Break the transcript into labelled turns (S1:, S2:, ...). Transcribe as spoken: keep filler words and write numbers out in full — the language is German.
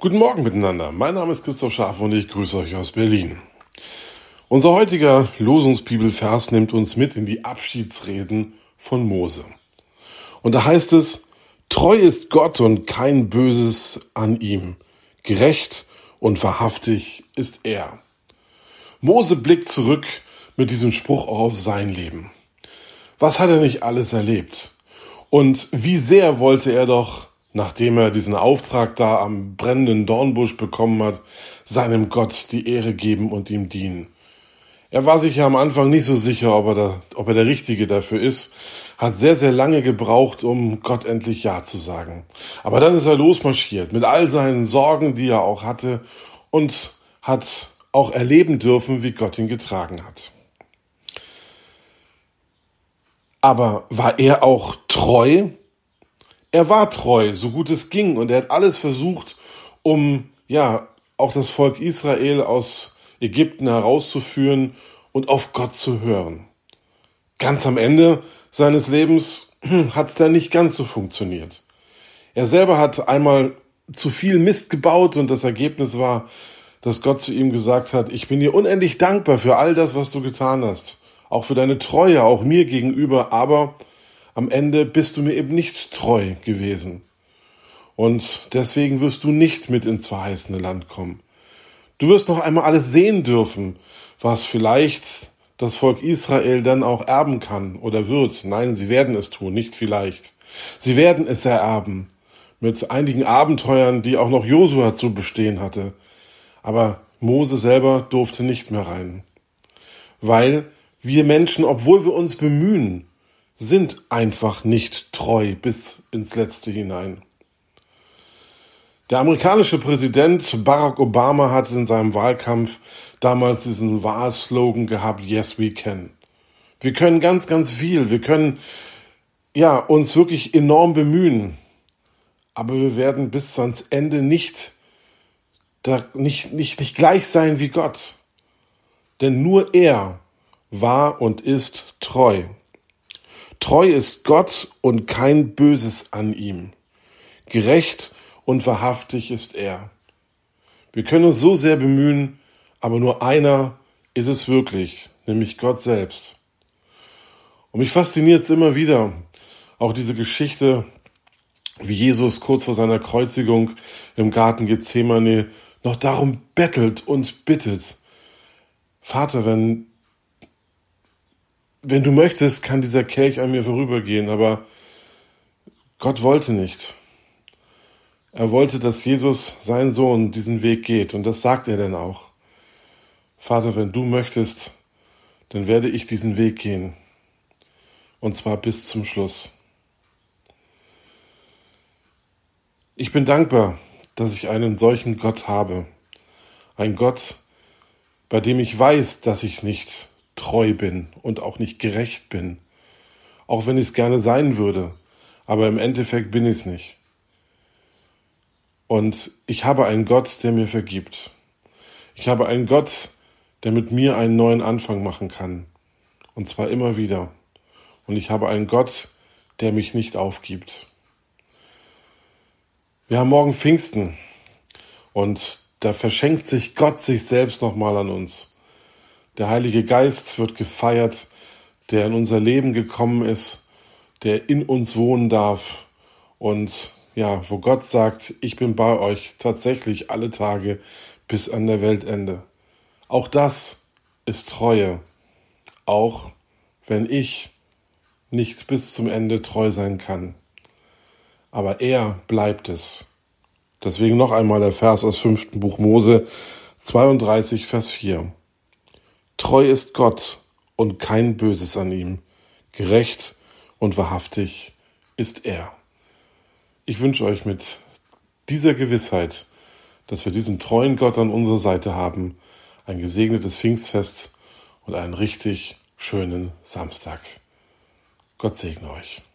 S1: Guten Morgen miteinander. Mein Name ist Christoph Scharf und ich grüße euch aus Berlin. Unser heutiger Losungsbibelvers nimmt uns mit in die Abschiedsreden von Mose. Und da heißt es: Treu ist Gott und kein Böses an ihm. Gerecht und wahrhaftig ist er. Mose blickt zurück mit diesem Spruch auch auf sein Leben. Was hat er nicht alles erlebt? Und wie sehr wollte er doch, nachdem er diesen Auftrag da am brennenden Dornbusch bekommen hat, seinem Gott die Ehre geben und ihm dienen. Er war sich ja am Anfang nicht so sicher, ob er, da, ob er der Richtige dafür ist, hat sehr, sehr lange gebraucht, um Gott endlich Ja zu sagen. Aber dann ist er losmarschiert mit all seinen Sorgen, die er auch hatte, und hat auch erleben dürfen, wie Gott ihn getragen hat. Aber war er auch treu? Er war treu, so gut es ging, und er hat alles versucht, um ja auch das Volk Israel aus Ägypten herauszuführen und auf Gott zu hören. Ganz am Ende seines Lebens hat es dann nicht ganz so funktioniert. Er selber hat einmal zu viel Mist gebaut und das Ergebnis war, dass Gott zu ihm gesagt hat: Ich bin dir unendlich dankbar für all das, was du getan hast, auch für deine Treue, auch mir gegenüber, aber am Ende bist du mir eben nicht treu gewesen. Und deswegen wirst du nicht mit ins verheißene Land kommen. Du wirst noch einmal alles sehen dürfen, was vielleicht das Volk Israel dann auch erben kann oder wird. Nein, sie werden es tun, nicht vielleicht. Sie werden es ererben, mit einigen Abenteuern, die auch noch Josua zu bestehen hatte. Aber Mose selber durfte nicht mehr rein. Weil wir Menschen, obwohl wir uns bemühen, sind einfach nicht treu bis ins Letzte hinein. Der amerikanische Präsident Barack Obama hat in seinem Wahlkampf damals diesen Wahlslogan gehabt: Yes, we can. Wir können ganz, ganz viel. Wir können ja uns wirklich enorm bemühen. Aber wir werden bis ans Ende nicht, da, nicht, nicht, nicht gleich sein wie Gott. Denn nur er war und ist treu. Treu ist Gott und kein Böses an ihm. Gerecht und wahrhaftig ist er. Wir können uns so sehr bemühen, aber nur einer ist es wirklich, nämlich Gott selbst. Und mich fasziniert es immer wieder, auch diese Geschichte, wie Jesus kurz vor seiner Kreuzigung im Garten Gethsemane noch darum bettelt und bittet: Vater, wenn Wenn du möchtest, kann dieser Kelch an mir vorübergehen, aber Gott wollte nicht. Er wollte, dass Jesus, sein Sohn, diesen Weg geht, und das sagt er dann auch. Vater, wenn du möchtest, dann werde ich diesen Weg gehen, und zwar bis zum Schluss. Ich bin dankbar, dass ich einen solchen Gott habe, ein Gott, bei dem ich weiß, dass ich nicht treu bin und auch nicht gerecht bin, auch wenn ich es gerne sein würde, aber im Endeffekt bin ich es nicht. Und ich habe einen Gott, der mir vergibt. Ich habe einen Gott, der mit mir einen neuen Anfang machen kann, und zwar immer wieder. Und ich habe einen Gott, der mich nicht aufgibt. Wir haben morgen Pfingsten, und da verschenkt sich Gott sich selbst nochmal an uns. Der Heilige Geist wird gefeiert, der in unser Leben gekommen ist, der in uns wohnen darf, und ja, wo Gott sagt: Ich bin bei euch tatsächlich alle Tage bis an der Weltende. Auch das ist Treue, auch wenn ich nicht bis zum Ende treu sein kann. Aber er bleibt es. Deswegen noch einmal der Vers aus fünften Buch Mose zweiunddreißig, Vers vier. Treu ist Gott und kein Böses an ihm. Gerecht und wahrhaftig ist er. Ich wünsche euch mit dieser Gewissheit, dass wir diesen treuen Gott an unserer Seite haben, ein gesegnetes Pfingstfest und einen richtig schönen Samstag. Gott segne euch.